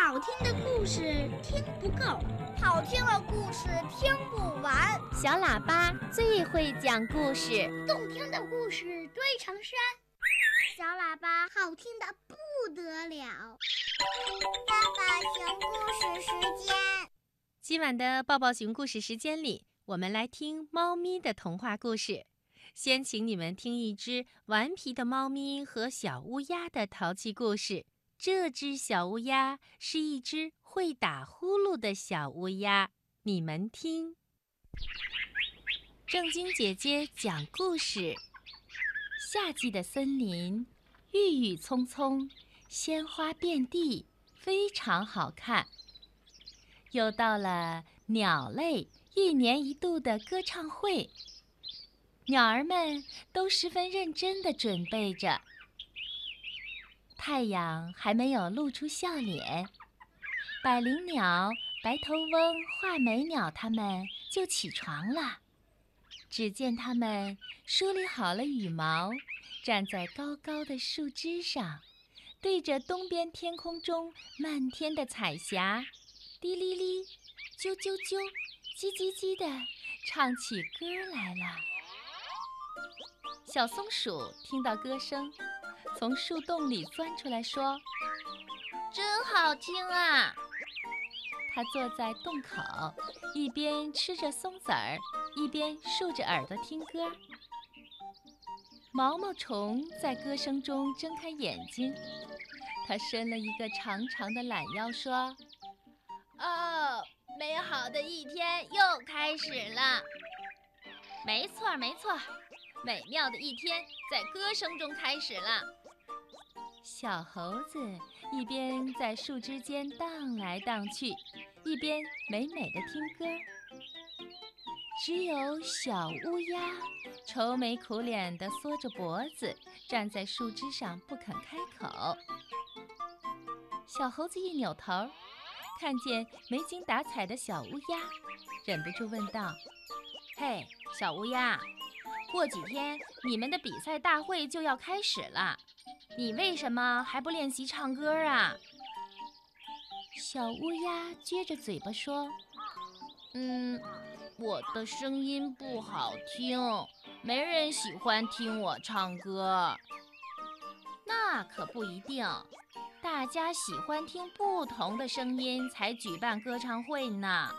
好听的故事听不够， 好听的故事听不完。 小喇叭最会讲故事， 动听的故事堆成山。 小喇叭好听的不得了。 爸爸熊故事时间。 今晚的抱抱熊故事时间里，我们来听猫咪的童话故事。先请你们听一只顽皮的猫咪和小乌鸦的淘气故事。这只小乌鸦是一只会打呼噜的小乌鸦，你们听。正经姐姐讲故事。夏季的森林，郁郁葱葱，鲜花遍地，非常好看。又到了鸟类一年一度的歌唱会，鸟儿们都十分认真地准备着。太阳还没有露出笑脸，百灵鸟、白头翁、画眉鸟它们就起床了。只见它们梳理好了羽毛，站在高高的树枝上，对着东边天空中漫天的彩霞，滴哩哩，啾啾啾，叽叽叽地唱起歌来了。小松鼠听到歌声，从树洞里钻出来说：“真好听啊！”它坐在洞口，一边吃着松子儿，一边竖着耳朵听歌。毛毛虫在歌声中睁开眼睛，它伸了一个长长的懒腰，说：“哦，美好的一天又开始了。”没错，没错，美妙的一天在歌声中开始了。小猴子一边在树枝间荡来荡去，一边美美地听歌。只有小乌鸦愁眉苦脸地缩着脖子，站在树枝上不肯开口。小猴子一扭头，看见没精打采的小乌鸦，忍不住问道：“嘿，小乌鸦，过几天你们的比赛大会就要开始了，你为什么还不练习唱歌啊？”小乌鸦撅着嘴巴说：“我的声音不好听，没人喜欢听我唱歌。”那可不一定，大家喜欢听不同的声音才举办歌唱会呢。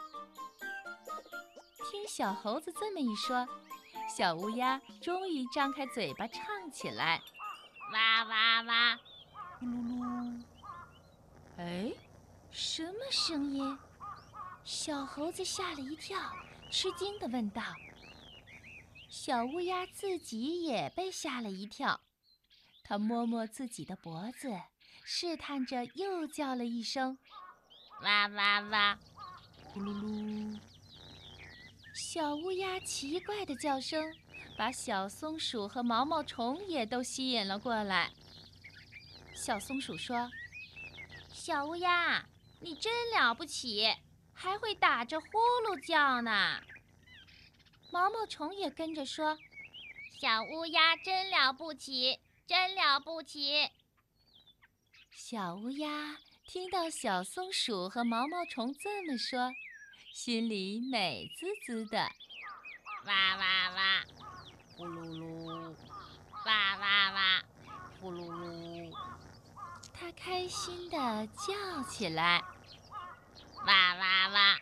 听小猴子这么一说，小乌鸦终于张开嘴巴唱起来：“哇哇哇，呼噜噜。”哎，什么声音？小猴子吓了一跳，吃惊地问道。小乌鸦自己也被吓了一跳，它摸摸自己的脖子，试探着又叫了一声：“哇哇哇，呼噜噜。”小乌鸦奇怪的叫声把小松鼠和毛毛虫也都吸引了过来。小松鼠说：“小乌鸦，你真了不起，还会打着呼噜叫呢。”毛毛虫也跟着说：“小乌鸦真了不起，真了不起。”小乌鸦听到小松鼠和毛毛虫这么说，心里美滋滋的。哇哇哇，呼噜噜，哇哇哇，呼噜噜。它开心地叫起来，哇哇哇。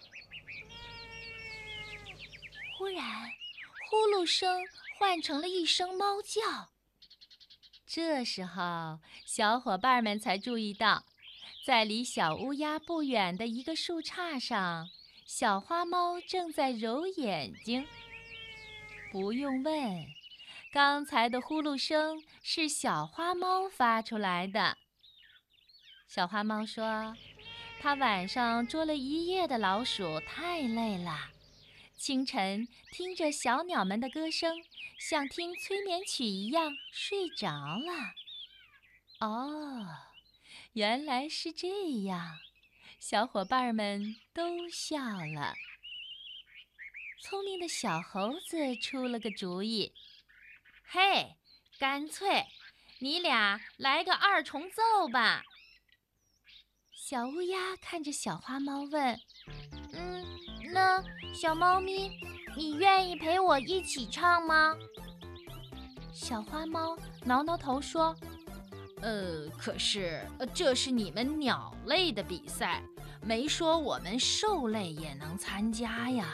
忽然，呼噜声换成了一声猫叫。这时候，小伙伴们才注意到，在离小乌鸦不远的一个树杈上，小花猫正在揉眼睛。不用问，刚才的呼噜声是小花猫发出来的。小花猫说，它晚上捉了一夜的老鼠，太累了。清晨听着小鸟们的歌声，像听催眠曲一样睡着了。哦，原来是这样，小伙伴们都笑了。聪明的小猴子出了个主意：“嘿，干脆你俩来个二重奏吧！” 小乌鸦看着小花猫问：“ 那小猫咪，你愿意陪我一起唱吗？” 小花猫挠挠头说：“可是这是你们鸟类的比赛，没说我们兽类也能参加呀。”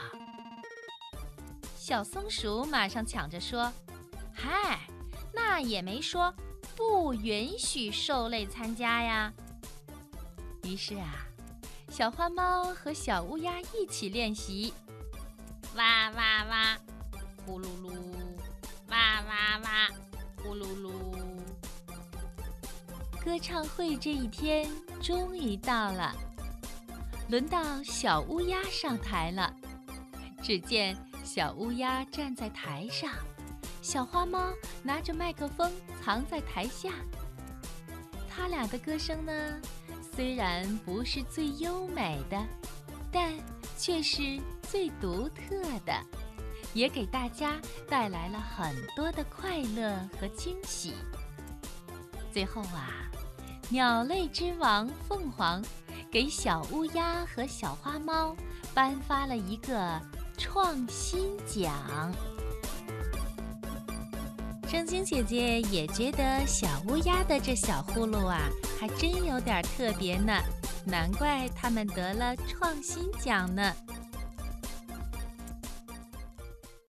小松鼠马上抢着说：“嗨，那也没说不允许兽类参加呀。”于是小花猫和小乌鸦一起练习：哇哇哇，呼噜噜，哇哇哇，呼噜噜。歌唱会这一天终于到了，轮到小乌鸦上台了。只见小乌鸦站在台上，小花猫拿着麦克风藏在台下。他俩的歌声呢，虽然不是最优美的，但却是最独特的，也给大家带来了很多的快乐和惊喜。最后鸟类之王凤凰给小乌鸦和小花猫颁发了一个创新奖。正晶姐姐也觉得小乌鸦的这小呼噜还真有点特别呢，难怪他们得了创新奖呢。